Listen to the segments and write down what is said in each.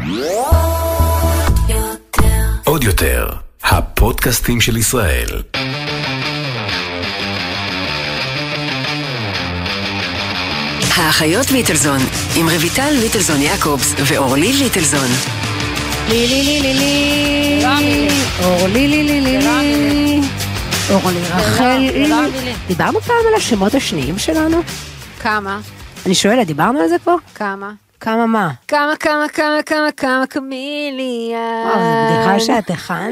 עוד יותר, הפודקאסטים של ישראל. האחיות ליטלזון, עם רויטל ליטלזון יעקובס ואורלי ליטלזון. אורלי רחל. דיברנו פעם על השמות השניים שלנו? כמה? אני שואלת, דיברנו על זה פה? כמה? כמה מה? כמה קמיליה. זה בדיחה שאת הכנת?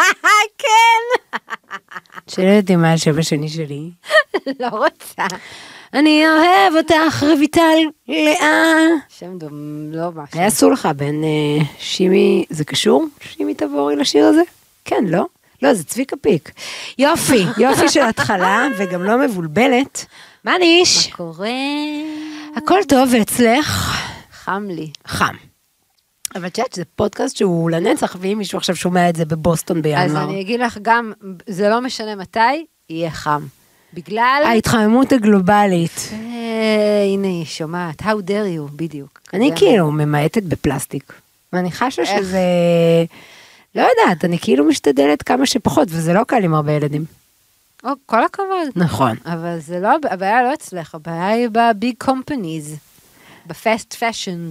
כן. שואלת אותי מה השם השני שלי. לא רוצה. אני אוהב אותך רויטל לאה. שם דום, לא משהו. היה אסור לך בין שימי, זה קשור? שימי תבורי לשיר הזה? כן, לא? לא, זה צביקה פיק. יופי, יופי של התחלה, וגם לא מבולבלת. מה ניש? מה קורה? הכל טוב ואצלך? חם לי. חם. אבל תשעת, זה פודקאסט שהוא לנצח, ואם מישהו עכשיו שומע את זה בבוסטון בינואר. אז אני אגיד לך גם, זה לא משנה מתי, יהיה חם. בגלל... ההתחממות הגלובלית. הנה היא שומעת, how dare you, בדיוק. אני כאילו ממעטת בפלסטיק. ואני חשה שזה... לא יודעת, אני כאילו משתדלת כמה שפחות, וזה לא קל עם הרבה ילדים. כל הכבוד. נכון. אבל זה לא, הבעיה לא אצלך, הבעיה היא בביג קומפניז, בפסט פשן,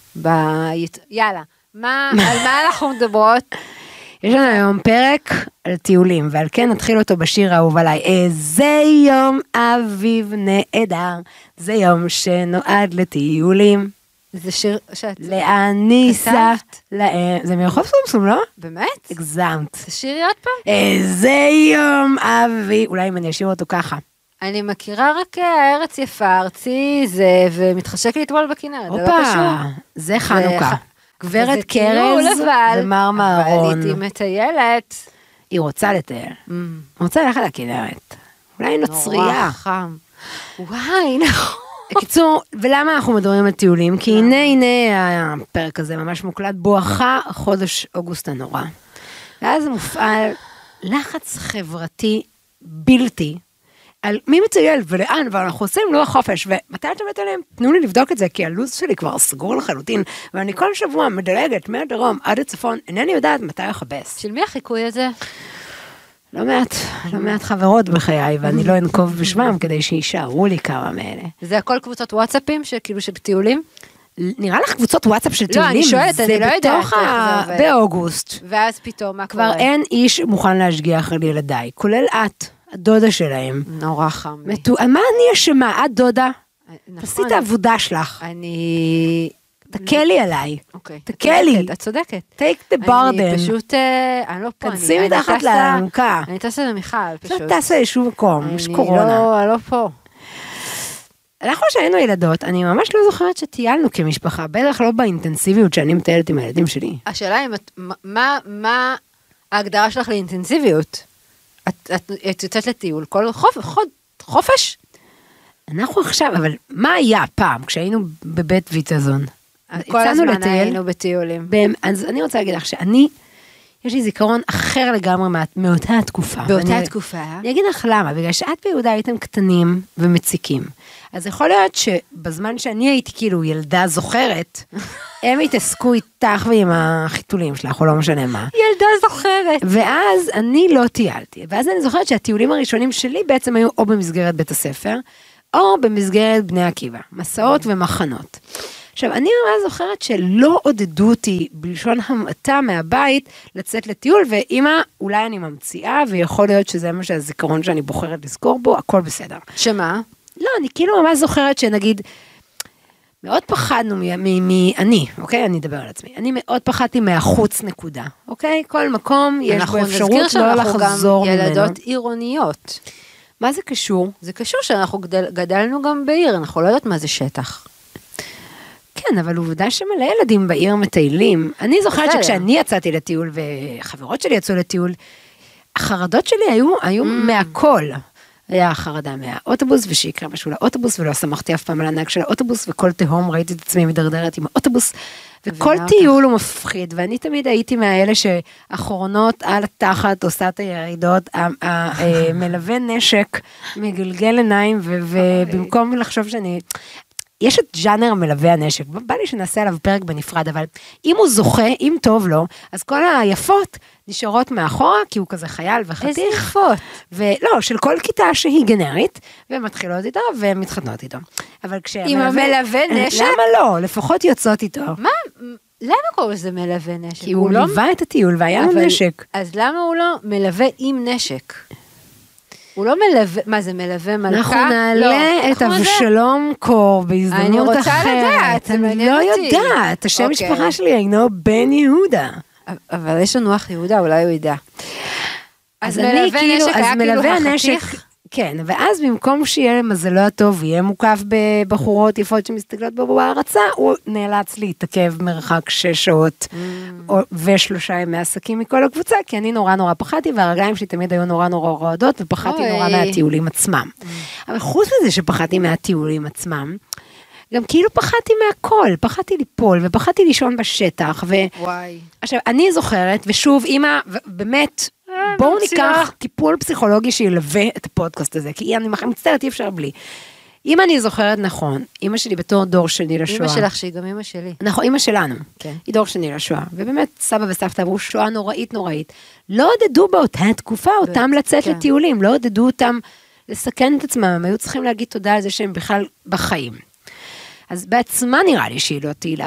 יאללה, על מה אנחנו מדברות? יש לנו היום פרק על טיולים, ועל כן נתחיל אותו בשיר האהוב עליי. איזה יום אביב נהדר, זה יום שנועד לטיולים. זה שיר שאת... לאניסה, זה מרחוב סומסום, לא? באמת? הגזמת. זה שיר עוד פעם? איזה יום אביב, אולי אם אני אשאיר אותו ככה. אני מכירה רק הארץ יפה, ארצי זה, ומתחשק לי אתמול בכנרת, זה לא קשור. זה חנוכה. גברת קרז ומר מהרון. אבל היא מטיילת. היא רוצה לטייל. רוצה ללכת לכנרת. אולי נוצרייה. נורא חם. וואי, נכון. בקיצור, ולמה אנחנו מדברים על טיולים? כי הנה הפרק הזה ממש מוקלט, בואכה חודש אוגוסט הנורא. ואז מופעל לחץ חברתי בלתי, על מי מטייל ולאן, ואנחנו עושים לוח חופש, ומתי אתם מטיילים? תנו לי לבדוק את זה, כי הלו"ז שלי כבר סגור לחלוטין, ואני כל שבוע מדלגת מהדרום עד הצפון, אינני יודעת מתי לחפש. של מי החיקוי הזה? לא מעט חברות בחיי, ואני לא אנקוב בשמם, כדי שישארו לי כמה מאלה. זה הכל קבוצות וואטסאפים, כאילו של טיולים? נראה לך קבוצות וואטסאפ של טיולים? לא, אני שואלת, אני לא יודעת איך זה עובד. באוגוסט. ואז פתאום, מה קורה? כבר אין איש מוכן להשגיח על ילדיי, כולל את, הדודה שלהם. נורא חם לי. מה אני אשמה? את דודה? תעשי את העבודה שלך. אני... תקלי עליי. אוקיי. תקלי. את צודקת. take the burden. אני פשוט, אני לא פה. תנסי מתחת לאלונקה. אני טסה למיכל, פשוט. טסה לשום מקום, יש קורונה. אני לא פה. אנחנו שהיינו ילדות, אני ממש לא זוכרת שטיילנו כמשפחה, בטח לא באינטנסיביות שאני מטיילת עם הילדים שלי. השאלה היא, מה ההגדרה שלך לאינטנסיביות? את יוצאת לטיול, כל חופש? אנחנו עכשיו, אבל מה היה פעם, כשהיינו בבית ויטזון? כל הזמן היינו בטיולים. אז אני רוצה להגיד לך יש לי זיכרון אחר לגמרי מאותה התקופה. באותה תקופה? אני אגיד לך למה, בגלל שאת ביהודה הייתם קטנים ומציקים. אז יכול להיות שבזמן שאני הייתי כאילו ילדה זוכרת, הם התעסקו איתך ועם החיתולים שלך, או לא משנה מה. ילדה זוכרת. ואז אני לא טיילתי. ואז אני זוכרת שהטיולים הראשונים שלי בעצם היו או במסגרת בית הספר, או במסגרת בני עקיבא, מסעות ומחנות. עכשיו, אני ממש זוכרת שלא עודדו אותי בלשון המעטה מהבית לצאת לטיול, ואמא, אולי אני ממציאה, ויכול להיות שזה מה שהזיכרון שאני בוחרת לזכור בו, הכל בסדר. שמה? לא, אני כאילו ממש זוכרת שנגיד, מאוד פחדנו אני, אוקיי? אני אדבר על עצמי. אני מאוד פחדתי מהחוץ נקודה, אוקיי? כל מקום יש בו אפשרות לא לחזור ממנו. אנחנו ילדות עירוניות. מה זה קשור? זה קשור שאנחנו גדלנו גם בעיר, אנחנו לא יודעות מה זה שטח. כן, אבל עובדה שמלא ילדים בעיר מטיילים. אני זוכרת שכשאני יצאתי לטיול, וחברות שלי יצאו לטיול, החרדות שלי היו מהכל. היה חרדה מהאוטובוס, ושיקרה משהו לאוטובוס, ולא שמחתי אף פעם על הנהג של האוטובוס, וכל תהום ראיתי את עצמי מדרדרת עם האוטובוס, וכל טיול הוא מפחיד, ואני תמיד הייתי מהאלה שאחרונות על התחת, עושה את הירידות, מלווה נשק, מגלגל עיניים, ובמקום לחשוב שאני... יש את ז'אנר מלווה הנשק, בא לי שנעשה עליו פרק בנפרד, אבל אם הוא זוכה, אם טוב לו, אז כל היפות נשארות מאחורה, כי הוא כזה חייל וחתיך. איזה יפות? ולא, של כל כיתה שהיא גנרית, ומתחילות איתו ומתחתנות איתו. אבל עם המלווה נשק? למה לא? לפחות יוצאות איתו. מה? למה קוראים לזה מלווה נשק? כי הוא ליווה את הטיול והיה לו נשק. אז למה הוא לא מלווה עם נשק? הוא לא מלווה, מה זה מלווה מלכה? אנחנו נעלה את אבשלום קור בהזדמנות אחרת. אני רוצה לדעת, זה מעניין אותי. אני לא יודעת, השם משפחה שלי אינו בן יהודה. אבל יש לנו אח יהודה, אולי הוא ידע. אז מלווה נשק היה כאילו החתיך? כן, ואז במקום שיהיה למזלו הטוב, יהיה מוקף בבחורות יפות שמסתכלות בו בהרצה, הוא נאלץ להתעכב מרחק 6 שעות ו3 ימי עסקים מכל הקבוצה, כי אני נורא פחדתי, והרגליים שלי תמיד היו נורא רועדות, ופחדתי נורא מהטיולים עצמם. אבל חוץ מזה שפחדתי מהטיולים עצמם, גם כאילו פחדתי מהכל, פחדתי ליפול, ופחדתי לישון בשטח, עכשיו, אני זוכרת, ושוב, אמא, באמת, בואו ניקח טיפול פסיכולוגי שילווה את הפודקאסט הזה, כי אני מצטערת, אי אפשר בלי. אם אני זוכרת נכון, אמא שלי בתור דור שני לשואה. אמא שלך שהיא גם אמא שלי. נכון, אמא שלנו. כן. היא דור שני לשואה. ובאמת, סבא וסבתא עברו שואה נוראית. לא עודדו באותה תקופה אותם לצאת לטיולים, לא עודדו אותם לסכן את עצמם, הם היו צריכים להגיד תודה על זה שהם בכלל בחיים. אז בעצמה נראה לי שהיא לא תהילה,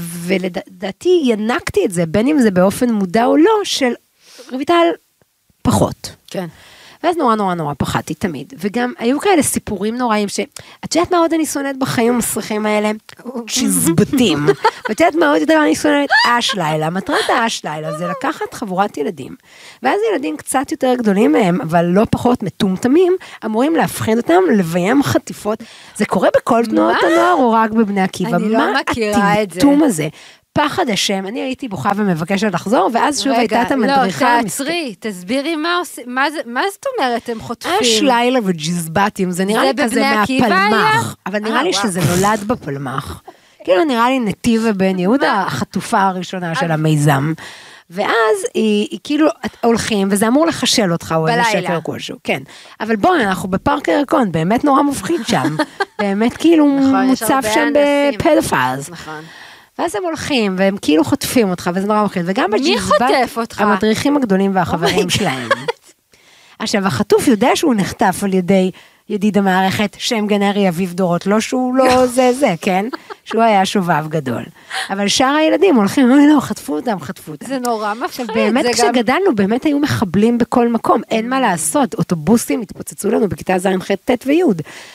ולדעתי ינקתי את זה, בין אם זה באופן מודע או לא, של רויטל פחות. כן. ואז נורא פחדתי תמיד. וגם היו כאלה סיפורים נוראים את יודעת מה עוד אני שונאת בחיים המסריחים האלה? צ'יזבטים. ואת יודעת מה עוד יותר אני שונאת? אשלילה. מטרת האשלילה זה לקחת חבורת ילדים. ואז ילדים קצת יותר גדולים מהם, אבל לא פחות מטומטמים, אמורים להפחיד אותם, לביים חטיפות. זה קורה בכל תנועות הנוער או רק בבני עקיבא? אני לא מכירה את זה. מה הטמטום הזה? פחד השם, אני הייתי בוכה ומבקשת לחזור, ואז שוב הייתה את המדריכה. לא, תעצרי, תסבירי מה זאת אומרת, הם חוטפים. אשלילה וג'יזבטים, זה נראה לי כזה מהפלמח, אבל נראה לי שזה נולד בפלמח. כאילו נראה לי נתיב ובן יהודה, החטופה הראשונה של המיזם. ואז היא כאילו הולכים, וזה אמור לחשל אותך, או איזה שקר כלשהו, כן. אבל בואי, אנחנו בפארק הירקון, באמת נורא מפחיד שם. באמת כאילו מוצב שם בפדופייז. נכון. ואז הם הולכים, והם כאילו חוטפים אותך, וזה נורא מפחיד. וגם מי חוטף אותך? המדריכים הגדולים והחברים שלהם. עכשיו, החטוף יודע שהוא נחטף על ידי ידיד המערכת, שם גנרי אביב דורות, לא שהוא לא זה, כן? שהוא היה שובב גדול. אבל שאר הילדים הולכים, אוי לא, חטפו אותם. זה נורא מפחיד. באמת כשגדלנו, באמת היו מחבלים בכל מקום, אין מה לעשות, אוטובוסים התפוצצו לנו בכיתה ז' ח' ט' וי'.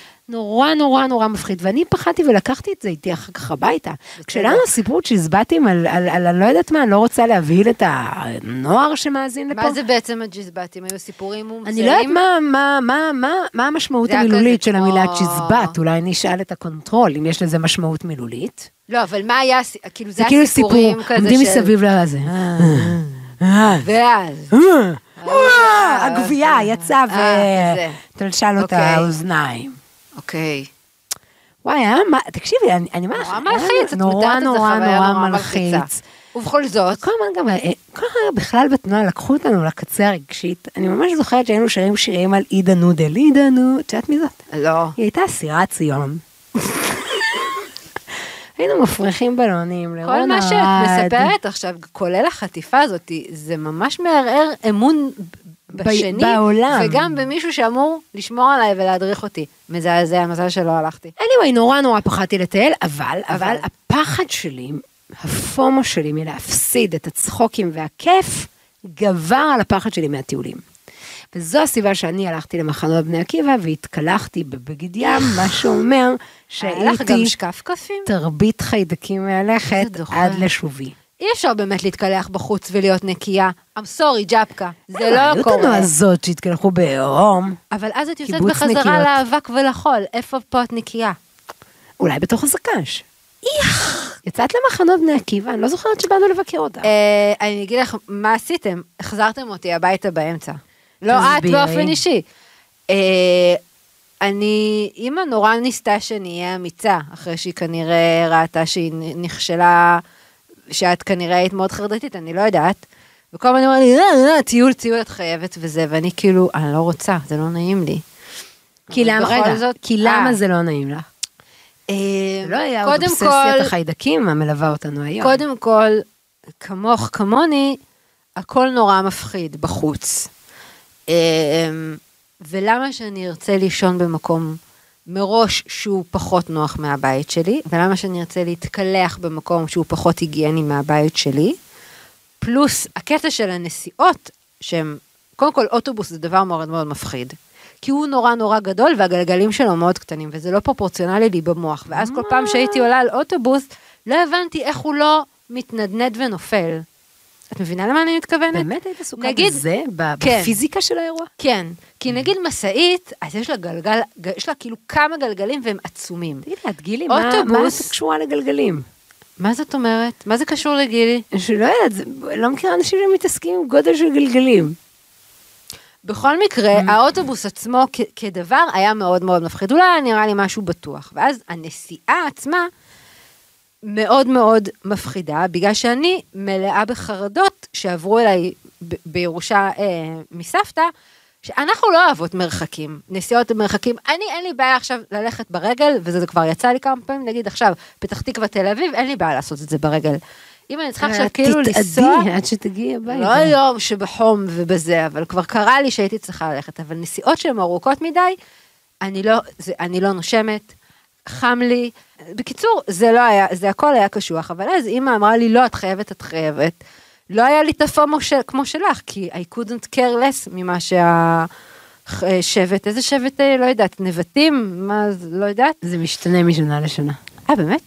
נורא מפחיד, ואני פחדתי ולקחתי את זה איתי אחר כך הביתה. כשלנו סיפרו צ'יזבטים על אני לא יודעת מה, אני לא רוצה להבהיל את הנוער שמאזין לפה. מה זה בעצם הג'יזבטים? היו סיפורים מומצאים? אני לא יודעת מה המשמעות המילולית של המילה צ'יזבט, אולי נשאל את הקונטרול, אם יש לזה משמעות מילולית. לא, אבל מה היה, כאילו זה היה סיפורים כזה של... עומדים מסביב לזה. ואז... הגבייה יצא ותלשה לו את האוזניים. אוקיי. וואי, תקשיבי, אני ממש... נורא מלחיץ, את נורא מלחיץ. ובכל זאת... כל הזמן גם, בכלל בתנועה לקחו אותנו לקצה הרגשית, אני ממש זוכרת שהיינו שרים שירים על עידה נודל, עידה נו, את יודעת מי זאת? לא. היא הייתה אסירת ציון. היינו מפריחים בלונים, לרון כל מה שאת מספרת עכשיו, כולל החטיפה הזאת, זה ממש מערער אמון בשני, בעולם. וגם במישהו שאמור לשמור עליי ולהדריך אותי. מזעזע, המזל שלא הלכתי. anyway, נורא פחדתי לטייל, אבל הפחד שלי, הפומו שלי מלהפסיד את הצחוקים והכיף, גבר על הפחד שלי מהטיולים. וזו הסיבה שאני הלכתי למחנות בני עקיבא, והתקלחתי בבגד ים, מה שאומר שהייתי תרבית חיידקים מהלכת עד לשובי. אי אפשר באמת להתקלח בחוץ ולהיות נקייה. I'm sorry, ג'פקה. זה לא היו קורה. היו תנועזות שהתקלחו בעירום. אבל אז את יוצאת בחזרה לאבק ולחול. איפה פה את נקייה? אולי בתוך הזקש. יצאת למחנות בני עקיבא, אני לא זוכרת שבאנו לבקר אותה. אני אגיד לך, מה עשיתם? החזרתם אותי הביתה באמצע. לא את באופן אישי. אמא נורא ניסתה שאני אהיה אמיצה, אחרי שהיא כנראה ראתה שהיא נכשלה, שאת כנראה היית מאוד חרדתית, אני לא יודעת. וכל הזמן אמרה לי, טיול, את חייבת וזה, ואני כאילו, אני לא רוצה, זה לא נעים לי. כי למה זה לא נעים לך? לא היה עוד אובססיית החיידקים המלווה אותנו היום. קודם כל, כמוך, כמוני, הכל נורא מפחיד בחוץ. ולמה שאני ארצה לישון במקום מראש שהוא פחות נוח מהבית שלי, ולמה שאני ארצה להתקלח במקום שהוא פחות היגייני מהבית שלי, פלוס הקטע של הנסיעות, שהם, קודם כל אוטובוס זה דבר מאוד מאוד מפחיד, כי הוא נורא נורא גדול והגלגלים שלו מאוד קטנים, וזה לא פרופורציונלי לי במוח, ואז כל פעם שהייתי עולה על אוטובוס, לא הבנתי איך הוא לא מתנדנד ונופל. את מבינה למה אני מתכוונת? באמת היית עסוקה בזה? בפיזיקה של האירוע? כן, כי נגיד מסעית, אז יש לה גלגל, יש לה כאילו כמה גלגלים והם עצומים. תגידי לה, גילי, מה את קשורה לגלגלים? מה זאת אומרת? מה זה קשור לגילי? שלא יודעת, לא מכירה אנשים שמתעסקים עם גודל של גלגלים. בכל מקרה, האוטובוס עצמו כדבר היה מאוד מאוד מפחיד, אולי נראה לי משהו בטוח, ואז הנסיעה עצמה מאוד מאוד מפחידה, בגלל שאני מלאה בחרדות שעברו אליי בירושה מסבתא, שאנחנו לא אוהבות מרחקים, נסיעות מרחקים, אין לי בעיה עכשיו ללכת ברגל, וזה כבר יצא לי כמה פעמים, נגיד עכשיו, פתח תקווה תל אביב, אין לי בעיה לעשות את זה ברגל. אם אני צריכה עכשיו כאילו לנסוע, תתעדי עד שתגיעי הביתה. לא היום שבחום ובזה, אבל כבר קרה לי שהייתי צריכה ללכת, אבל נסיעות שהן ארוכות מדי, אני לא נושמת, חם לי, בקיצור, זה הכל היה קשוח, אבל אז אמא אמרה לי, לא, את חייבת, לא היה לי תפום כמו שלך, כי I couldn't care less ממה שהשבט, איזה שבט, לא יודעת, נבטים, מה, לא יודעת. זה משתנה משנה לשנה. באמת?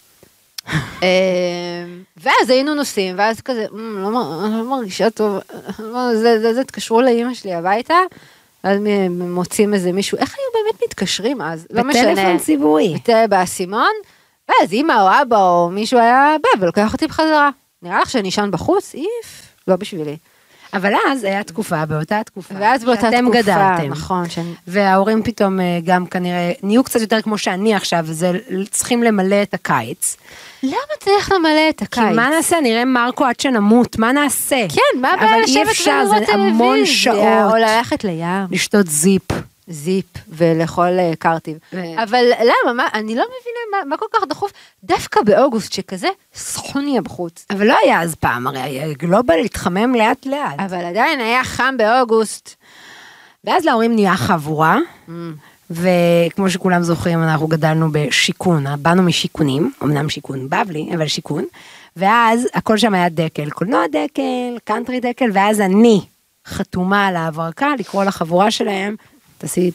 ואז היינו נוסעים, ואז כזה, לא מרגישה טוב, זה תקשרו לאמא שלי הביתה, אז מוצאים איזה מישהו, איך היו באמת מתקשרים אז? לא משנה. בטלפון ציבורי. באסימון, ואז אמא או אבא או מישהו היה בא ולוקח אותי בחזרה. נראה לך שאני ישן בחוץ? איף, לא בשבילי. אבל אז היה תקופה, באותה תקופה. ואז באותה תקופה, שאתם גדלתם. נכון. וההורים פתאום גם כנראה נהיו קצת יותר כמו שאני עכשיו, וזה צריכים למלא את הקיץ. למה צריך למלא את הקיץ? כי מה נעשה? נראה מרקו עד שנמות, מה נעשה? כן, מה הבעיה לשבת ולראות טלוויזיה? זה המון שעות. או ללכת לים. לשתות זיפ ולאכול קרטיב. אבל למה? אני לא מבינה מה כל כך דחוף, דווקא באוגוסט שכזה סחוני בחוץ. אבל לא היה אז פעם, הרי גלובל התחמם לאט לאט. אבל עדיין היה חם באוגוסט. ואז להורים נהיה חבורה, וכמו שכולם זוכרים, אנחנו גדלנו בשיקון, באנו משיקונים, אמנם שיקון בבלי, אבל שיקון, ואז הכל שם היה דקל, קולנוע דקל, קאנטרי דקל, ואז אני חתומה על העברקה, לקרוא לחבורה שלהם, תעשי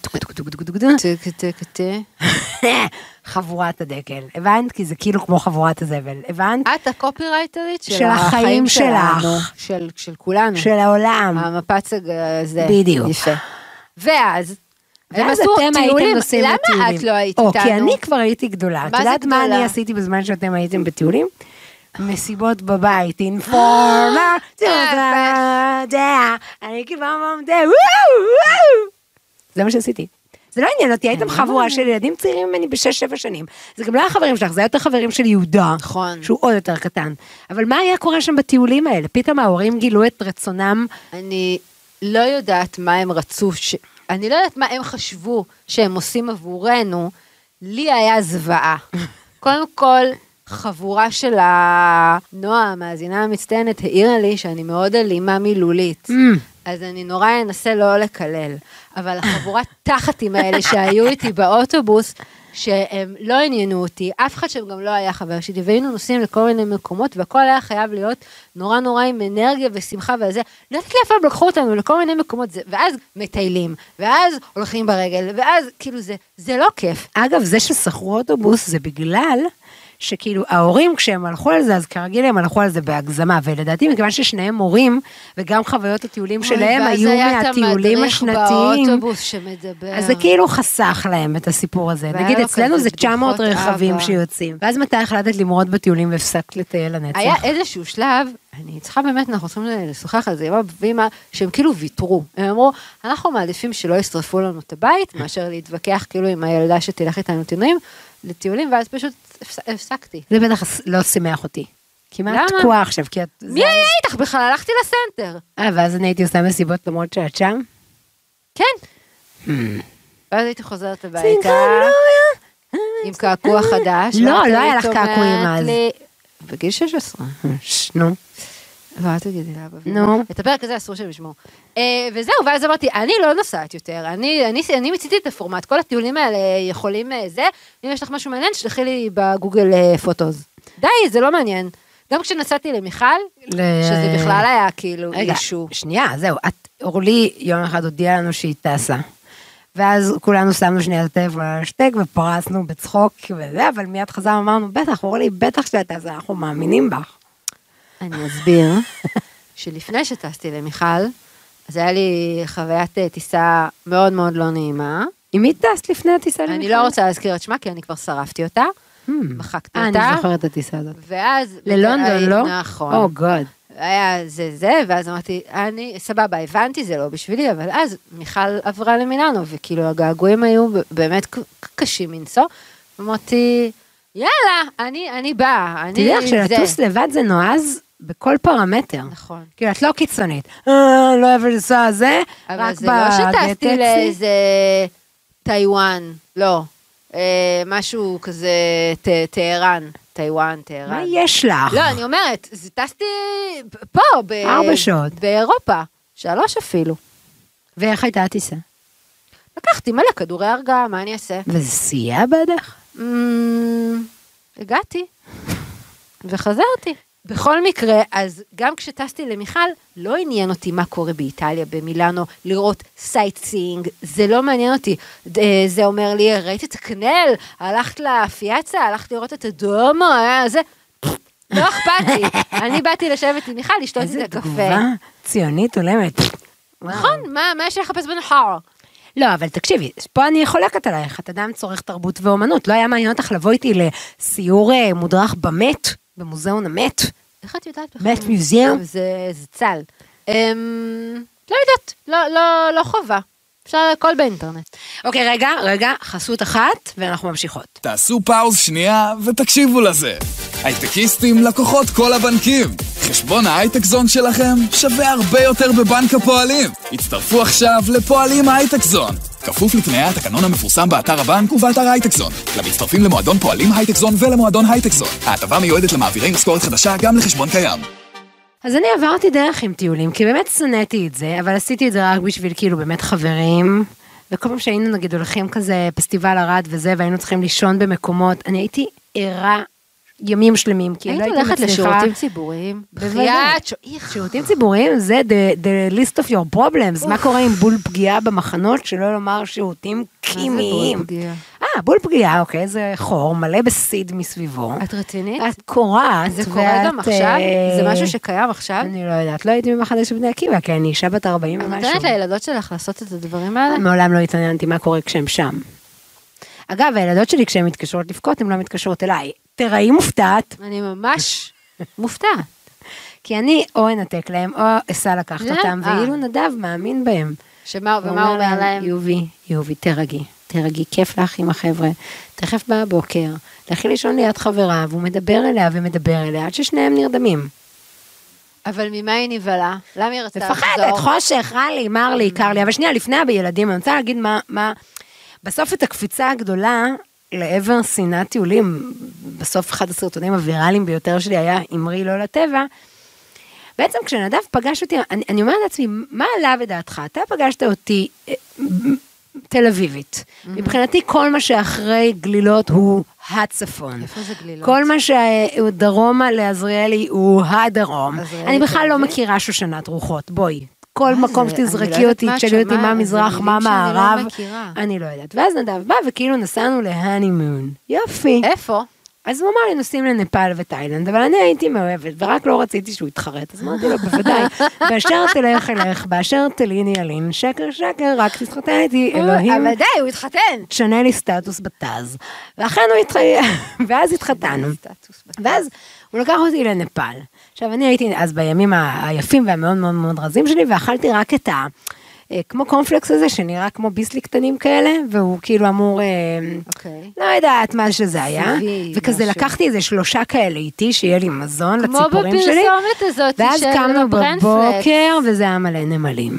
חבורת הדקל, הבנת? כי זה כאילו כמו חבורת הזבל, הבנת? את הקופירייטרית של החיים שלך, של כולנו, של העולם, המפץ הזה, בדיוק. יפה. ואז אתם הייתם נוסעים למה לטיולים. את לא היית איתנו? כי אני כבר הייתי גדולה. את יודעת מה גדולה? אני עשיתי בזמן שאתם הייתם בטיולים? מסיבות בבית, אינפורמה, אני כבר ממדה, זה מה שעשיתי. זה לא עניין אותי, הייתם חבורה של ילדים צעירים ממני ב6-7 שנים. זה גם לא היה חברים שלך, זה היה יותר חברים של יהודה, שהוא עוד יותר קטן. אבל מה היה קורה שם בטיולים האלה? פתאום ההורים גילו את רצונם. אני לא יודעת מה הם רצו, אני לא יודעת מה הם חשבו שהם עושים עבורנו, לי היה זוועה. קודם כל, חבורה של הנועה, המאזינה המצטיינת, העירה לי שאני מאוד אלימה מילולית. אז אני נורא אנסה לא לקלל. אבל החבורת תחתים האלה שהיו איתי באוטובוס, שהם לא עניינו אותי, אף אחד שם גם לא היה חבר שלי, והיינו נוסעים לכל מיני מקומות, והכל היה חייב להיות נורא נורא עם אנרגיה ושמחה וזה, לא יודעת לי אף לקחו אותנו לכל מיני מקומות, ואז מטיילים, ואז הולכים ברגל, ואז כאילו זה לא כיף. אגב, זה ששכרו אוטובוס זה בגלל שכאילו ההורים כשהם הלכו על זה, אז כרגיל הם הלכו על זה בהגזמה, ולדעתי מכיוון ששניהם מורים, וגם חוויות הטיולים שלהם היו מהטיולים השנתיים, אז זה כאילו חסך להם את הסיפור הזה. נגיד אצלנו זה 900 רכבים שיוצאים, ואז מתי החלטת למרוד בטיולים והפסקת לטייל לנצח? היה איזשהו שלב, אני צריכה באמת, אנחנו צריכים לשוחח על זה, ואמא, שהם כאילו ויתרו, הם אמרו, אנחנו מעדיפים שלא ישרפו לנו את הבית, מאשר להתווכח כאילו עם הילדה שתלך איתנו לטיולים, ואז פשוט הפסקתי. זה בטח לא שימח אותי. כמעט תקועה עכשיו, כי את... מי היה איתך בכלל? הלכתי לסנטר. ואז אני הייתי עושה מסיבות למרות שאת שם? כן. ואז הייתי חוזרת הביתה. סינכלויה, עם קעקוע חדש. לא היה לך קעקועים אז. בגיל 16. נו. ואל תגידי לה. נו. את הפרק הזה אסור לשמור. וזהו, ואז אמרתי, אני לא נוסעת יותר, אני מציתי את הפורמט, כל הטיולים האלה יכולים זה, אם יש לך משהו מעניין, שלחי לי בגוגל פוטוז. די, זה לא מעניין. גם כשנסעתי למיכל, שזה בכלל היה כאילו אישו. שנייה, זהו, אורלי יום אחד הודיעה לנו שהיא טסה. ואז כולנו שמנו שנייה לטלפון על השטק, ופרסנו בצחוק וזה, אבל מיד חזר אמרנו, בטח, אורלי, בטח שאתה טסה, אנחנו מאמינים בך. אני אסביר, שלפני שטסתי למיכל, אז היה לי חוויית טיסה מאוד מאוד לא נעימה. עם מי טסת לפני הטיסה למיכל? אני לא רוצה להזכיר את שמה, כי אני כבר שרפתי אותה. מחקתי אותה. אני זוכרת את הטיסה הזאת. ואז... ללונדון, לא? נכון. או גוד. היה זה, ואז אמרתי, סבבה, הבנתי, זה לא בשבילי, אבל אז מיכל עברה למילאנו, וכאילו הגעגועים היו באמת קשים מנסוע. אמרתי, יאללה, אני באה, תדעי לך שלטוס לבד זה נועז בכל פרמטר. נכון. כאילו, את לא קיצונית. לא אוהבת לנסוע זה, אבל זה לא שטסתי לאיזה טיואן, לא. משהו כזה, טהרן, טיואן, טהרן. מה יש לך? לא, אני אומרת, טסתי פה, 4 שעות. באירופה, 3 אפילו. ואיך הייתה הטיסה? לקחתי מלא כדורי הרגעה, מה אני אעשה? וזה סייע בעדך? הגעתי, וחזרתי. בכל מקרה, אז גם כשטסתי למיכל, לא עניין אותי מה קורה באיטליה, במילאנו, לראות סייטסינג, זה לא מעניין אותי. זה אומר לי, ראית את הקנל, הלכת לפיאצה, הלכת לראות את הדומו, זה... לא אכפת לי. אני באתי לשבת עם מיכל, לשתות את הקפה. איזה תגובה ציונית עולמת. נכון, מה יש לחפש בנחר? לא, אבל תקשיבי, פה אני חולקת עלייך, את אדם צורך תרבות ואומנות, לא היה מעניין אותך לבוא איתי לסיור מודרך במת, במוזיאון המת. איך את יודעת בכלל? מת מיוזיאום? זה צל. לא יודעת, לא חובה. אפשר הכל באינטרנט. אוקיי, רגע, חסות אחת, ואנחנו ממשיכות. תעשו פאוז שנייה ותקשיבו לזה. הייטקיסטים לקוחות כל הבנקים. חשבון ההייטק זון שלכם שווה הרבה יותר בבנק הפועלים. הצטרפו עכשיו לפועלים ההייטק זון. כפוף לתנאי התקנון המפורסם באתר הבנק ובאתר הייטק זון. למצטרפים למועדון פועלים הייטק זון ולמועדון הייטק זון. ההטבה מיועדת למעבירי משכורת חדשה גם לחשבון קיים. אז אני עברתי דרך עם טיולים, כי באמת שנאתי את זה, אבל עשיתי את זה רק בשביל כאילו באמת חברים, וכל פעם שהיינו נגיד הולכים כזה פסטיבל ערד וזה, והיינו צריכים לישון במקומות, אני הייתי ערה ימים שלמים, כי לא הייתי מצליחה. היית הולכת לשירותים ציבוריים? בחיית, שירותים ציבוריים זה the list of your problems, מה קורה עם בול פגיעה במחנות, שלא לומר שירותים כימיים. מה זה בול פגיעה? בול פגיעה, אוקיי, זה חור מלא בסיד מסביבו. את רצינית? את קורעת. זה קורה גם עכשיו? זה משהו שקיים עכשיו? אני לא יודעת, לא הייתי במחנה של בני עקיבא, כי אני אישה בת 40 ומשהו. את נותנת לילדות שלך לעשות את הדברים האלה? מעולם לא התעניינתי מה קורה כשהם שם. אגב, הילדות שלי כשהן מתקשרות לבכות, הן לא מתקשרות אליי. תראי מופתעת. אני ממש מופתעת. כי אני או אנתק להם, או אסע לקחת אותם, ואילו נדב מאמין בהם. ומה הוא אומר להם? יובי, תרגי, כיף לך עם החבר'ה, תכף בבוקר, לכי לישון ליד חברה, והוא מדבר אליה, עד ששניהם נרדמים. אבל ממה היא נבלה? למה היא רצתה לחזור? מפחדת, חושך, רע לי, מר לי, קר לי, אבל שנייה, לפני בילדים, אני רוצה להגיד מה, בסוף את הקפיצה הגדולה, לעבר שנאת טיולים, בסוף אחד הסרטונים הוויראליים ביותר שלי היה אמרי לא לטבע, בעצם כשנדב פגש אותי, אני אומרת לעצמי, מה עלה בדעתך? אתה פגשת אותי תל אביבית. מבחינתי כל מה שאחרי גלילות הוא הצפון. איפה זה גלילות? כל מה שדרומה לעזריאלי הוא הדרום. אני בכלל לא מכירה שושנת רוחות, בואי. כל מקום שתזרקי אותי, תשאלי אותי מה מזרח, מה מערב, אני לא יודעת. ואז נדב בא וכאילו נסענו להנימון. יופי. איפה? אז הוא אמר לי, נוסעים לנפאל ותאילנד, אבל אני הייתי מאוהבת, ורק לא רציתי שהוא יתחרט, אז אמרתי לו, בוודאי, באשר תלך אלך, באשר תליני ילין, שקר, רק תתחתן איתי, אלוהים. אבל די, הוא התחתן. תשנה לי סטטוס בתז. ואכן הוא התחתן, ואז התחתנו. ואז הוא לקח אותי לנפאל. עכשיו, אני הייתי אז בימים היפים והמאוד מאוד מאוד רזים שלי, ואכלתי רק את כמו קורנפלקס הזה, שנראה כמו ביסלי קטנים כאלה, והוא כאילו אמור, לא יודעת מה שזה היה, וכזה לקחתי איזה 3 כאלה איתי, שיהיה לי מזון לציפורים שלי, כמו בפרסומת הזאת, ואז קמנו בבוקר, וזה היה מלא נמלים.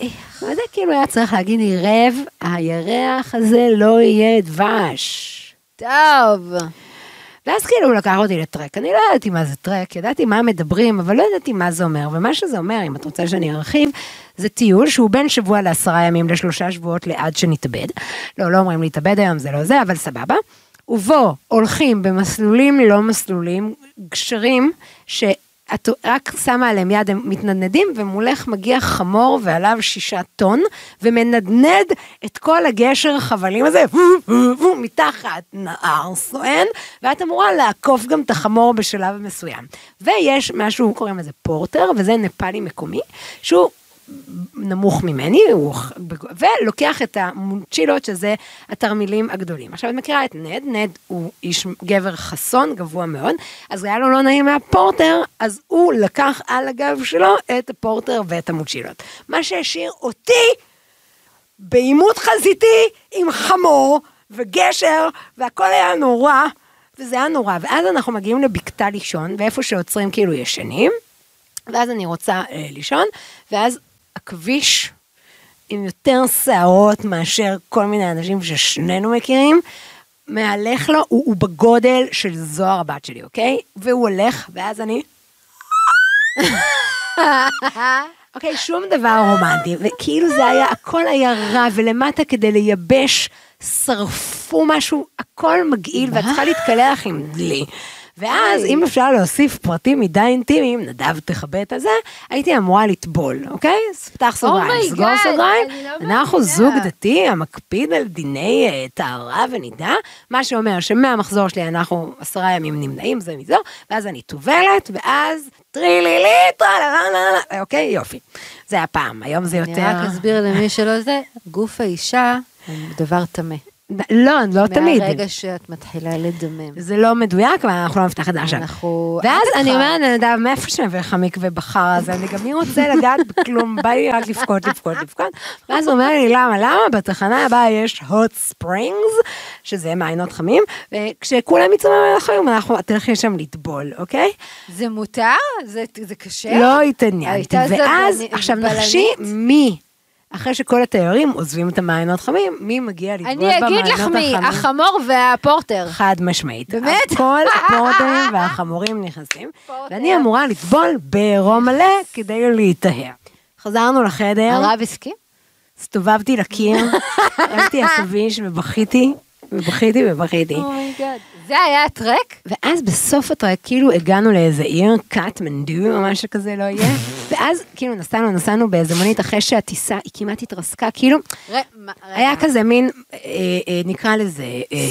וזה כאילו היה צריך להגיד לי, רב, הירח הזה לא יהיה דבש. טוב. ואז כאילו הוא לקח אותי לטרק, אני לא ידעתי מה זה טרק, ידעתי מה מדברים, אבל לא ידעתי מה זה אומר, ומה שזה אומר, אם את רוצה שאני ארחיב, זה טיול שהוא בין שבוע ל10 ימים, ל3 שבועות לעד שנתאבד. לא אומרים להתאבד היום, זה לא זה, אבל סבבה. ובו הולכים במסלולים לא מסלולים, גשרים, שאת רק שמה עליהם יד, הם מתנדנדים, ומולך מגיע חמור ועליו 6 טון, ומנדנד את כל הגשר החבלים הזה, מתחת נהר סואן, ואת אמורה לעקוף גם את החמור בשלב מסוים. ויש משהו, קוראים לזה פורטר, וזה נפאלי מקומי, שהוא נמוך ממני, ולוקח את המונצ'ילות, שזה התרמילים הגדולים. עכשיו, את מכירה את נד הוא איש גבר חסון, גבוה מאוד, אז היה לו לא נעים מהפורטר, אז הוא לקח על הגב שלו את הפורטר ואת המונצ'ילות. מה שהשאיר אותי בעימות חזיתי עם חמור וגשר, והכל היה נורא, וזה היה נורא. ואז אנחנו מגיעים לבקתה לישון, ואיפה שעוצרים כאילו ישנים, ואז אני רוצה לישון, ואז הכביש עם יותר שערות מאשר כל מיני אנשים ששנינו מכירים, מהלך לו, הוא בגודל של זוהר הבת שלי, אוקיי? והוא הולך, ואז אני... אוקיי, שום דבר רומנטי, וכאילו זה היה, הכל היה רע, ולמטה כדי לייבש, שרפו משהו, הכל מגעיל, ואת צריכה להתקלח עם דלי. ואז, אם אפשר להוסיף פרטים מדי אינטימיים, נדב תכבה את הזה, הייתי אמורה לטבול, אוקיי? פתח סוגריים, סגור סוגריים, אנחנו זוג דתי, המקפיד על דיני טהרה ונידה, מה שאומר שמהמחזור שלי אנחנו 10 ימים נמנעים, זה מזו, ואז אני טובלת, ואז טרילילית, אוקיי, יופי. זה היה פעם, היום זה יותר... אני רק אסביר למי שלא זה, גוף האישה הוא דבר תמה. לא תמיד. מהרגע שאת מתחילה לדמם. זה לא מדויק, אבל אנחנו לא נפתח את זה עכשיו. ואז אני אומרת, נדב, מאיפה שמבך המקווה בחר הזה, אני גם מי רוצה לגעת בכלום, בא לי רק לבכות. ואז הוא אומר לי, למה? בתחנה הבאה יש hot springs, שזה מעיינות חמים, וכשכולם יצאו מהחיים, אנחנו תלכי שם לטבול, אוקיי? זה מותר? זה קשה? לא התעניינתי. ואז, עכשיו נחשי מי? אחרי שכל התיירים עוזבים את המעיינות חמים, מי מגיע לטבול במעיינות החמים? אני אגיד לך מי, החמור והפורטר. חד משמעית. באמת? כל הפורטרים והחמורים נכנסים, ואני אמורה לטבול בעירום מלא כדי להיטהר. חזרנו לחדר. הרב הסכים? הסתובבתי לקיר, ראיתי עכביש ובכיתי. אומייגאד. זה היה הטרק? ואז בסוף הטרק כאילו הגענו לאיזה עיר, קטמנדו או משהו כזה לא יהיה, ואז כאילו נסענו באיזה מונית אחרי שהטיסה היא כמעט התרסקה, כאילו היה כזה מין, נקרא לזה,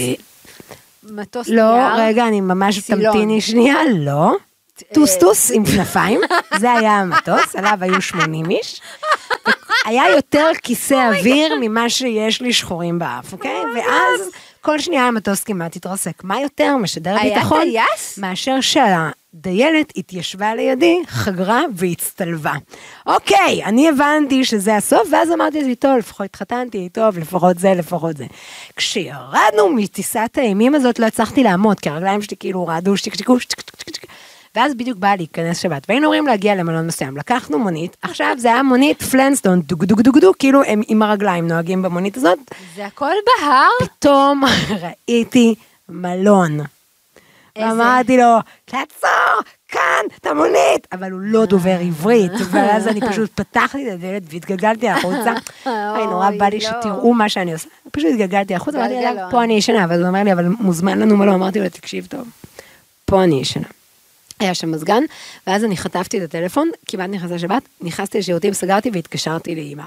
מטוס לא, רגע, אני ממש תמתיני שנייה, לא, טוסטוס עם כנפיים, זה היה המטוס, עליו היו 80 איש, היה יותר כיסא אוויר ממה שיש לי שחורים באף, אוקיי? ואז כל שנייה המטוס כמעט התרסק. מה יותר משדר ביטחון? היה טייס? מאשר שהדיילת התיישבה לידי, חגרה והצטלבה. אוקיי, אני הבנתי שזה הסוף, ואז אמרתי לי, טוב, לפחות התחתנתי, טוב, לפחות זה. כשירדנו מטיסת האימים הזאת, לא הצלחתי לעמוד, כי הרגליים שלי כאילו רעדו, שתקשקו, ואז בדיוק באה להיכנס שבת, והיינו אומרים להגיע למלון מסוים, לקחנו מונית, עכשיו זה היה מונית פלנסטון, דו, כאילו הם עם הרגליים נוהגים במונית הזאת. זה הכל בהר? פתאום ראיתי מלון. ואמרתי לו, תעצור, כאן, את המונית, אבל הוא לא דובר עברית, ואז אני פשוט פתחתי את הדלת והתגלגלתי החוצה, נורא בא לי שתראו מה שאני עושה, פשוט התגלגלתי החוצה, אמרתי לו, פה אני ישנה, ואז הוא אומר לי, אבל מוזמן לנו מלון, אמרתי לו, תקשיב טוב, פה אני ישנה. היה שם מזגן, ואז אני חטפתי את הטלפון, כמעט נכנסה שבת, נכנסתי לשירותים, סגרתי והתקשרתי לאמא.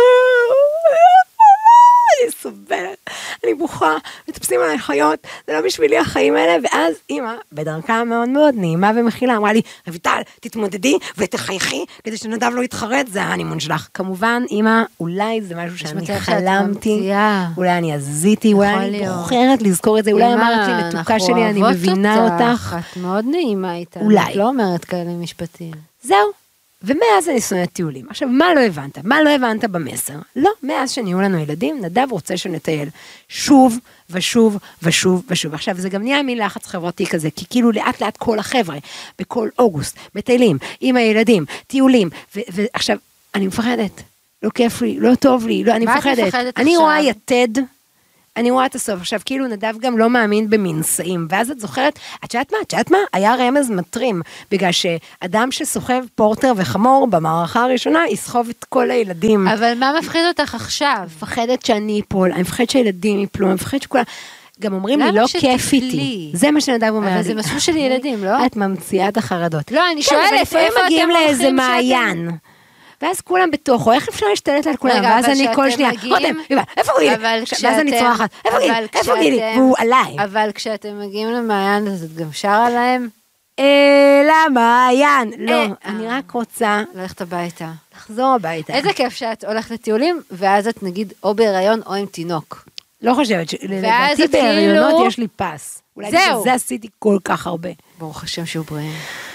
אני סובלת, אני בוכה, מטפסים עליי חיות, זה לא בשבילי החיים האלה, ואז אמא, בדרכה מאוד מאוד נעימה ומכילה, אמרה לי, רויטל, תתמודדי ותחייכי, כדי שנדב לא יתחרט, זה ההנימון שלך. כמובן, אמא, אולי זה משהו שאני חלמתי, אולי אני עזיתי, אולי אני בוחרת לזכור את זה, אולי אמרת לי, מתוקה שלי, אני מבינה אותך. את מאוד נעימה איתה, אולי. את לא אומרת כאלה משפטים. זהו. ומאז אני שונאת טיולים. עכשיו, מה לא הבנת? מה לא הבנת במסר? לא, מאז שנהיו לנו ילדים, נדב רוצה שנטייל שוב ושוב ושוב ושוב. עכשיו, זה גם נהיה מלחץ חברתי כזה, כי כאילו לאט לאט כל החבר'ה, בכל אוגוסט, מטיילים, עם הילדים, טיולים, ועכשיו, אני מפחדת. לא כיף לי, לא טוב לי, לא, אני מפחדת. אני רואה יתד, אני רואה את הסוף. עכשיו, כאילו נדב גם לא מאמין במנסאים, ואז את זוכרת, את יודעת מה? היה רמז מטרים, בגלל שאדם שסוחב פורטר וחמור במערכה הראשונה, יסחוב את כל הילדים. אבל מה מפחיד אותך עכשיו? מפחדת שאני אפול, אני מפחדת שהילדים יפלו, אני מפחדת שכולם... גם אומרים לי, לא כיף איתי. זה מה שנדב אומר לי. אבל זה מסלול של ילדים, לא? את ממציאה את החרדות. לא, אני שואלת, איפה אתם מגיעים לאיזה מעיין. ואז כולם בתוכו, איך אפשר להשתלט על כולם? ואז אני כל שנייה, רותם, איפה גילי? ואז אני צורחת, איפה גילי? והוא עליי. אבל כשאתם מגיעים למעיין, אז את גם שרה להם? למעיין. לא, אני רק רוצה... ללכת הביתה. לחזור הביתה. איזה כיף שאת הולכת לטיולים, ואז את נגיד או בהיריון או עם תינוק. לא חושבת, לדעתי בהריונות יש לי פס. אולי בגלל זה עשיתי כל כך הרבה. ברוך השם שהוא בריאים.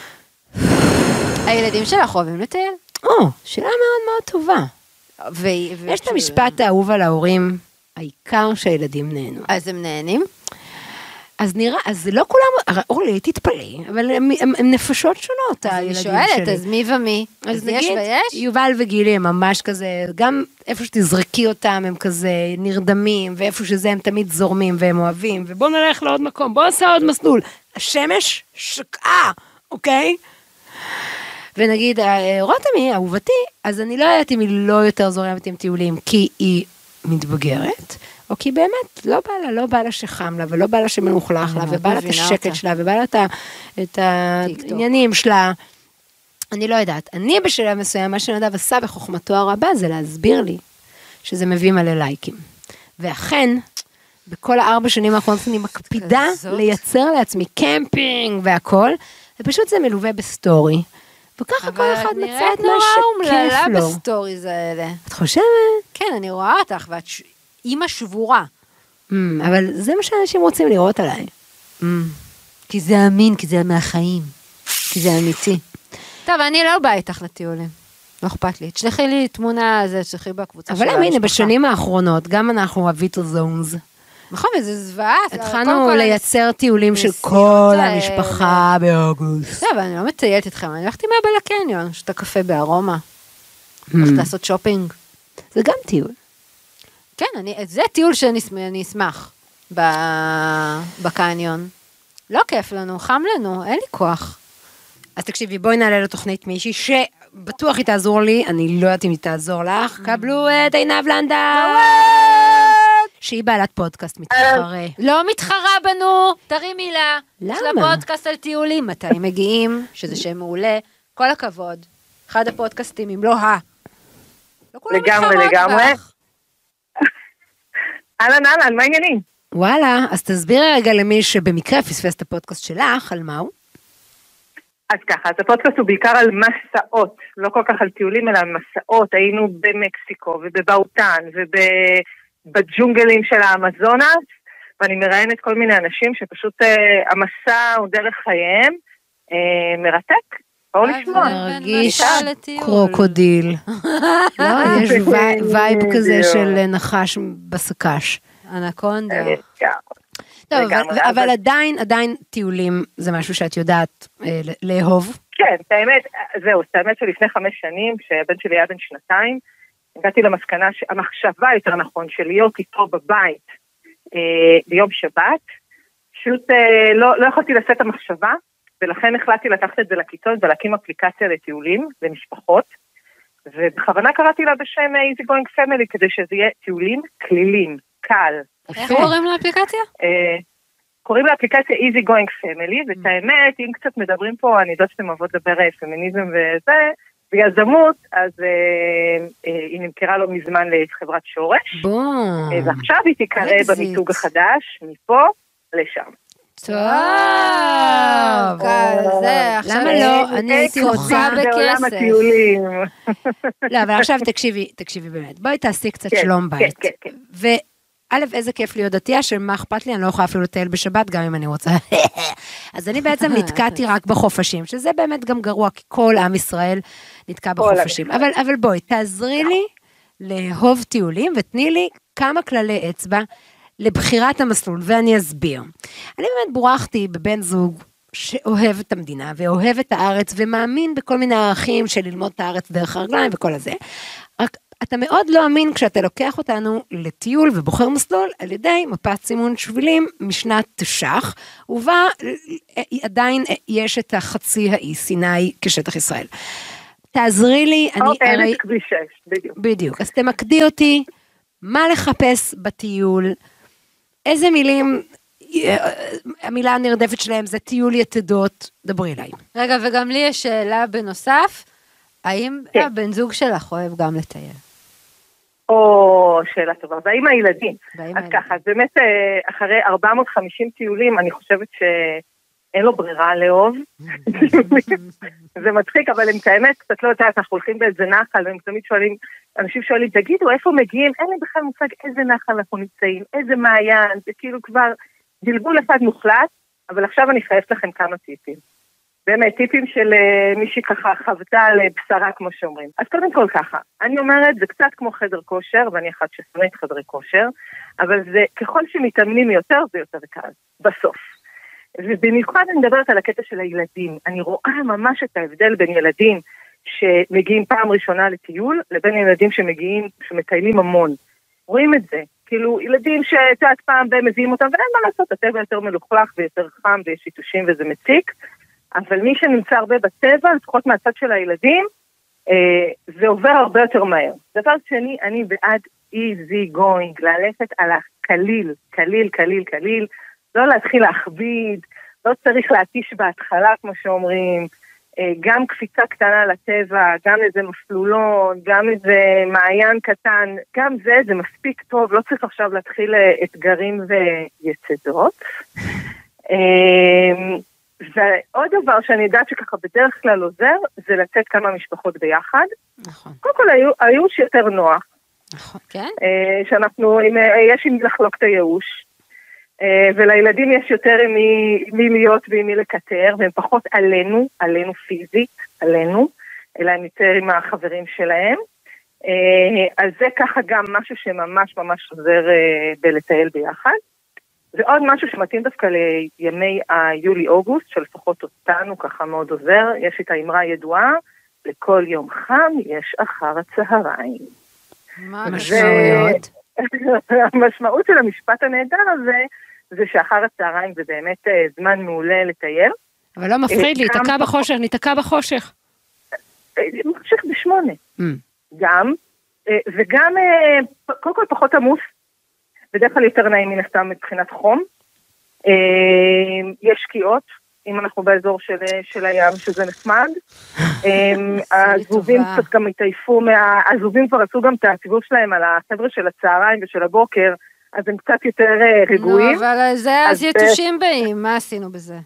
הילדים שלך אוהבים לטייל? שאלה מאוד מאוד טובה. יש את המשפט האהוב על ההורים, העיקר שהילדים נהנו. אז הם נהנים? אז נראה, אז לא כולם, אורלי, תתפלא, אבל הם נפשות שונות, הילדים שלי. אני שואלת, אז מי ומי? אז נגיד, יובל וגילי הם ממש כזה, גם איפה שתזרקי אותם הם כזה נרדמים, ואיפה שזה הם תמיד זורמים והם אוהבים, ובוא נלך לעוד מקום, בוא נעשה עוד מסלול. השמש שקעה, אוקיי? ונגיד, רותם אהובתי, אז אני לא יודעת אם היא לא יותר זורמת עם טיולים, כי היא מתבגרת, או כי באמת לא בא לה שחם לה, ולא בא לה שמלוכלך לה, ובא לה את השקט שלה, ובא לה את העניינים שלה. אני לא יודעת. אני בשלב מסוים, מה שנדב עשה בחוכמתו הרבה, זה להסביר לי שזה מביא מלא לייקים. ואכן, בכל 4 שנים האחרונות אני מקפידה לייצר לעצמי קמפינג והכל, ופשוט זה מלווה בסטורי. וככה כל אחד מצא את מה שכיף לו. אבל את נראה אומללה בסטוריז האלה. את חושבת? כן, אני רואה אותך, ואת אימא שבורה. אבל זה מה שאנשים רוצים לראות עליי. כי זה אמין, כי זה מהחיים. כי זה אמיתי. טוב, אני לא באה איתך לטיולים. לא אכפת לי. תשלחי לי תמונה, תשלחי בקבוצה של המשפחה. אבל הנה, בשנים האחרונות, גם אנחנו הביטו זונס. נכון, וזה זוועה. התחלנו לייצר טיולים של כל המשפחה באוגוסט. לא, אבל אני לא מטיילת איתכם, אני הלכתי מהבא לקניון, שותה קפה בארומה. הלכת לעשות שופינג. זה גם טיול. כן, זה טיול שאני אשמח בקניון. לא כיף לנו, חם לנו, אין לי כוח. אז תקשיבי, בואי נעלה לתוכנית מישהי שבטוח היא תעזור לי, אני לא יודעת אם היא תעזור לך, קבלו את עינב לנדה. שהיא בעלת פודקאסט מתחרה. לא מתחרה בנו, תראי מילה. למה? יש לה פודקאסט על טיולים, מתי מגיעים, שזה שם מעולה, כל הכבוד. אחד הפודקאסטים, אם לא לא כולם מתחרות בך. אהלן, מה העניינים? וואלה, אז תסבירי רגע למי שבמקרה פספס את הפודקאסט שלך, על מה הוא? אז ככה, אז הפודקאסט הוא בעיקר על מסעות, לא כל כך על טיולים, אלא מסעות. היינו במקסיקו ובבאוטן ובג'ונגלים של האמזונס, ואני מראיינת כל מיני אנשים שפשוט המסע הוא דרך חייהם, מרתק. בואו לשמוע. מרגיש קרוקודיל. לא, יש וייב כזה של נחש בסקש. אנקונדה. טוב, אבל עדיין טיולים זה משהו שאת יודעת לאהוב? כן, את האמת שלפני 5 שנים, כשהבן שלי היה בן 2, הגעתי למסקנה, המחשבה יותר נכון, של להיות איתו בבית ביום שבת, פשוט לא יכולתי לשאת את המחשבה, ולכן החלטתי לקחת את זה לכיתות ולהקים אפליקציה לטיולים, למשפחות, ובכוונה קראתי לה בשם Easy Going Family, כדי שזה יהיה טיולים כלילים, קל. איך קוראים לאפליקציה? קוראים לאפליקציה Easy Going Family, ואת האמת, אם קצת מדברים פה, אני יודעת שאתם אוהבות לדבר פמיניזם וזה, ויזמות, אז היא נמכרה לו מזמן לחברת שורש, ועכשיו היא תיקרא במיתוג החדש, מפה לשם. טוב, למה לא? אני הייתי רוצה בעולם הטיולים. לא, אבל עכשיו תקשיבי באמת, בואי תעשי קצת שלום בית. וא', איזה כיף להיות דתייה, שמה אכפת לי, אני לא יכולה אפילו לטייל בשבת, גם אם אני רוצה. אז אני בעצם נתקעתי רק בחופשים, שזה באמת גם גרוע, כי כל עם ישראל נתקע בחופשים. אבל בואי, תעזרי לי לאהוב טיולים, ותני לי כמה כללי אצבע, לבחירת המסלול, ואני אסביר. אני באמת בורחתי בבן זוג שאוהב את המדינה, ואוהב את הארץ, ומאמין בכל מיני ערכים של ללמוד את הארץ דרך הרגליים וכל הזה. רק אתה מאוד לא אמין כשאתה לוקח אותנו לטיול ובוחר מסלול על ידי מפת סימון שבילים משנת תש"ח, ובה עדיין יש את החצי האי סיני כשטח ישראל. תעזרי לי, אני כביש 6, בדיוק. בדיוק, אז תמקדי אותי, מה לחפש בטיול, איזה מילים, המילה הנרדפת שלהם זה טיול יתדות, דברי אליי. רגע, וגם לי יש שאלה בנוסף, האם הבן זוג שלך אוהב גם לטייל? שאלה טובה, והאם הילדים? אז ככה, באמת אחרי 450 טיולים, אני חושבת שאין לו ברירה לאהוב. זה מצחיק, אבל הם כאמת, קצת לא יודעת, אנחנו הולכים באיזה נחל, והם תמיד שואלים, אנשים שואלים, תגידו, איפה מגיעים? אין לי בכלל מושג איזה נחל אנחנו נמצאים, איזה מעיין, זה כאילו כבר גלגול אחד מוחלט, אבל עכשיו אני חייבת לכם כמה טיפים. באמת, טיפים של מישהי ככה חוותה על בשרה, כמו שאומרים. אז קודם כל ככה, אני אומרת, זה קצת כמו חדר כושר, ואני אחת ששונאת חדרי כושר, אבל זה, ככל שמתאמנים יותר, זה יותר קל, בסוף. ובמיוחד אני מדברת על הקטע של הילדים. אני רואה ממש את ההבדל בין ילדים שמגיעים פעם ראשונה לטיול, לבין ילדים שמטיילים המון. רואים את זה. כאילו, ילדים שתעת פעם והם מביאים אותם, ואין מה לעשות, הטבע יותר מלוכלך ויותר חם ויש שיטושים וזה מציק, אבל מי שנמצא הרבה בטבע, לפחות מהצד של הילדים, זה עובר הרבה יותר מהר. דבר שני, אני בעד easy going, ללכת על הקליל, קליל, לא להתחיל להכביד, לא צריך להתיש בהתחלה, כמו שאומרים, גם קפיצה קטנה לטבע, גם איזה מסלולון, גם איזה מעיין קטן, גם זה מספיק טוב, לא צריך עכשיו להתחיל אתגרים ויצדות. ועוד דבר שאני יודעת שככה בדרך כלל עוזר, זה לצאת כמה משפחות ביחד. נכון. קודם כל היוש יותר נוח. נכון, כן. שאנחנו, יש עם לחלוק את הייאוש. ולילדים יש יותר עם מי להיות ועם מי לקטר, והם פחות עלינו פיזית, אלא הם יותר עם החברים שלהם. אז זה ככה גם משהו שממש ממש עוזר בלטייל ביחד. ועוד משהו שמתאים דווקא לימי היולי-אוגוסט, שלפחות אותנו ככה מאוד עוזר, יש את האמרה הידועה, לכל יום חם יש אחר הצהריים. מה המשמעויות? המשמעות של המשפט הנהדר הזה, זה שאחר הצהריים זה באמת זמן מעולה לטייל. אבל לא מפחיד לי, ניתקע בחושך. מחשך ב8. גם, וגם, קודם כל פחות עמוס, בדרך כלל יותר נעים מן הסתם מבחינת חום. יש שקיעות, אם אנחנו באזור של הים, שזה נחמד. הזבובים קצת גם התעייפו, הזבובים כבר עשו גם את הסיבוב שלהם על החבר'ה של הצהריים ושל הבוקר, אז הם קצת יותר רגועים. נו, אבל זה אז יתושים באים, מה עשינו בזה?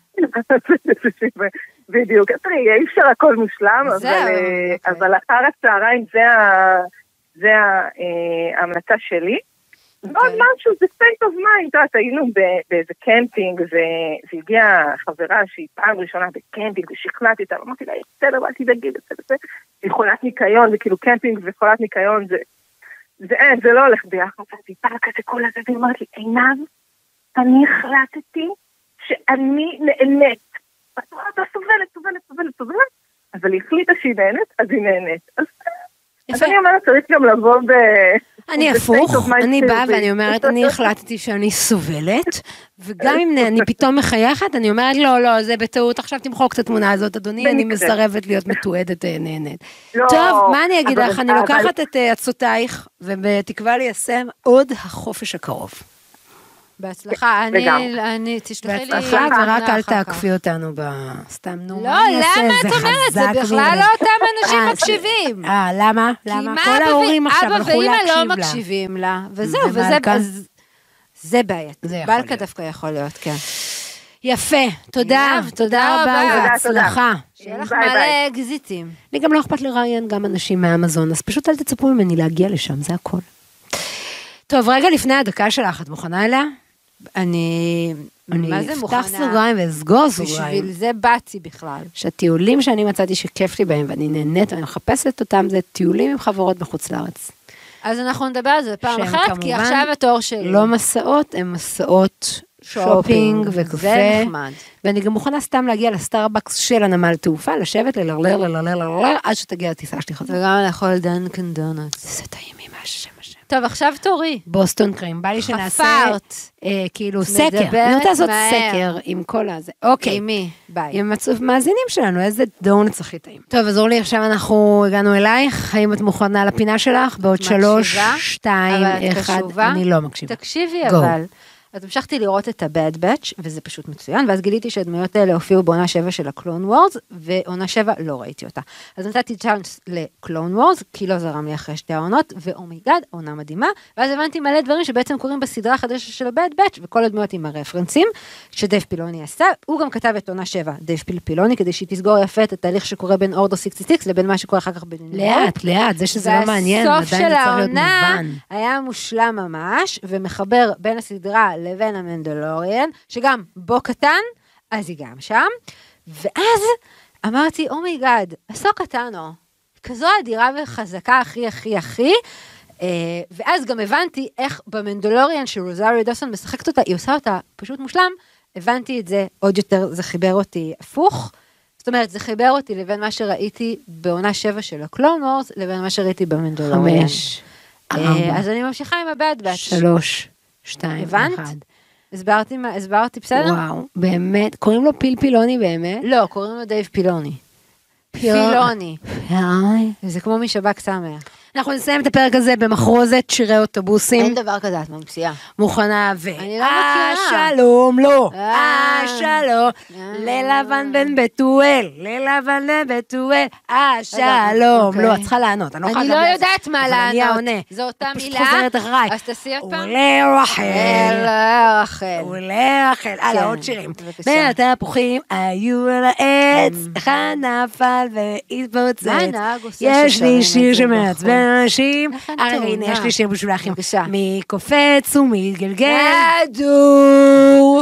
בדיוק, תראי, אי אפשר הכל מושלם, אבל אחר הצהריים זה ההמלצה שלי. ועוד משהו, זה state of mind, אתה יודעת, היינו באיזה קמפינג, והגיעה חברה שהיא פעם ראשונה בקמפינג, ושכנעתי אותה, אמרתי לה, בסדר, אל תדאגי, בסדר, היא חולת ניקיון, וכאילו קמפינג וחולת ניקיון, זה לא הולך ביחד, ואני באה כזה כל הזה, והיא אמרת לי, עינב, אני החלטתי שאני נהנית, אתה סובלת, אבל היא החליטה שהיא נהנית, אז היא נהנית, אז אני אומרת, צריך גם לבוא אני הפוך, אני באה ואני אומרת, אני החלטתי שאני סובלת, וגם אם אני פתאום מחייכת, אני אומרת, לא, זה בטעות, עכשיו תמחוק את התמונה הזאת, אדוני, אני מסרבת להיות מתועדת נהנית. טוב, מה אני אגיד לך, אני לוקחת את עצותייך, ובתקווה ליישם עוד החופש הקרוב. בהצלחה, אני תשלחי לי... בהצלחה, ורק אל תעקפי אותנו בסתם, נו, לא, למה את אומרת? זה בכלל לא אותם אנשים מקשיבים. למה? כל ההורים עכשיו הלכו להקשיב לה. כי מה ואמא לא מקשיבים לה, וזהו, זה בעיית. בלכה דווקא יכול להיות, כן. יפה, תודה רבה והצלחה. שיהיה לך מלא אקזיטים. לי גם לא אכפת לראיין גם אנשים מהאמזון, אז פשוט אל תצפו ממני להגיע לשם, זה הכל. טוב, רגע לפני הדקה שלך, את מוכנה אליה? אני אפתח סוגריים ואסגור סוגריים. בשביל זה באתי בכלל. שהטיולים שאני מצאתי שכיף לי בהם, ואני נהנית ואני מחפשת אותם, זה טיולים עם חברות בחוץ לארץ. אז אנחנו נדבר על זה פעם אחת, כי עכשיו התור שלי. לא מסעות, הם מסעות שופינג וקפה. זה נחמד. ואני גם מוכנה סתם להגיע לסטארבקס של הנמל תעופה, לשבת ללרלר, עד שתגיע לטיסה שלי חזרה. וגם לאכול דנקן דונלדס. זה טעים ממש. טוב, עכשיו תורי. בוסטון קרים, בא לי שנעשה, כאילו סקר, מדברת אני רוצה לעשות מהר. סקר עם כל הזה, אוקיי. עם מי? ביי. עם המאזינים שלנו, איזה דונלדס הכי טעים. טוב, אז אורלי, עכשיו אנחנו הגענו אלייך, האם את מוכנה לפינה שלך? בעוד 3, 2, 1, אני לא מקשיבה. תקשיבי אבל. אז המשכתי לראות את ה-Bad Batch, וזה פשוט מצוין, ואז גיליתי שהדמויות האלה הופיעו בעונה 7 של הקלון וורס, ועונה 7 לא ראיתי אותה. אז נתתי צ'אנס לקלון וורס, כי לא זרם לי אחרי 2 העונות, ואומייגאד, עונה מדהימה, ואז הבנתי מלא דברים שבעצם קורים בסדרה החדשה של ה-Bad Batch, וכל הדמויות עם הרפרנסים, שדייב פילוני עשה, הוא גם כתב את עונה 7, דייב פילוני, כדי שהיא תסגור יפה את התהליך שקורה בין אורדו 66 לבין מה שקורה אחר כך בין... לאט, זה שזה לא מעניין, עדיין זה צריך להיות מובן. היה מושלם ממש, ומחבר בין הסדרה לבין המנדלוריאן, שגם בו קטן, אז היא גם שם, ואז אמרתי, אומייגאד, הסוקה טאנו, כזו אדירה וחזקה הכי, ואז גם הבנתי איך במנדלוריאן שרוזריו דוסון משחקת אותה, היא עושה אותה פשוט מושלם, הבנתי את זה עוד יותר, זה חיבר אותי הפוך, זאת אומרת, זה חיבר אותי לבין מה שראיתי בעונה 7 של הקלון וורס, לבין מה שראיתי במנדלוריאן. 5, 4, אז אני ממשיכה עם ה-Bad Batch. 3, 2, 1. הבנת? הסברתי בסדר? וואו, באמת, קוראים לו פילפילוני באמת? לא, קוראים לו דייב פילוני. פילוני. זה כמו משב"כ שמח. אנחנו נסיים את הפרק הזה במחרוזת שירי אוטובוסים. אין דבר כזה, את ממציאה. מוכנה אני לא מכירה. שלום, לא. שלום. ללבן בן בתואל. ללבן בן בתואל. שלום. לא, את צריכה לענות. אני לא יודעת מה לענות. אני העונה. זו אותה מילה. פשוט חוזרת אחריי. אז תעשי עוד פעם. ולרחל. ולרחל. ולרחל. הלאה, עוד שירים. בין התפוחים היו על העץ. אחד נפל והתפוצץ. מה הנהג עושה יש לי שיר שמעצבן אנשים, הנה יש לי שיר בשבילכם, בבקשה. מי קופץ ומתגלגל, כדור.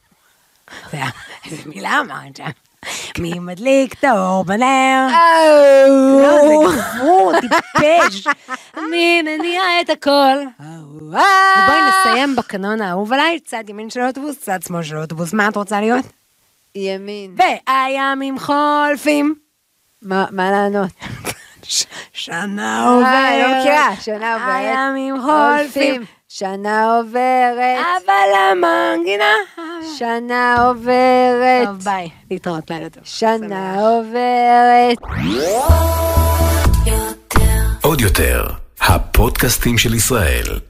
איזה מילה אמרת שם, מי מדליק את האור בנר, לא, זה גבור, טיפש, מי מניע את הכל, ובואי נסיים בקנון האהוב עליי, צד ימין של האוטובוס, צד שמאל של האוטובוס, מה את רוצה להיות? ימין. והימים חולפים, מה לענות? שנה עוברת, לא מכירה, שנה עוברת, הימים חולפים, שנה עוברת, אבל המנגינה, שנה עוברת, טוב ביי, להתראות לילה טוב, שנה עוברת. עוד יותר, הפודקאסטים של ישראל.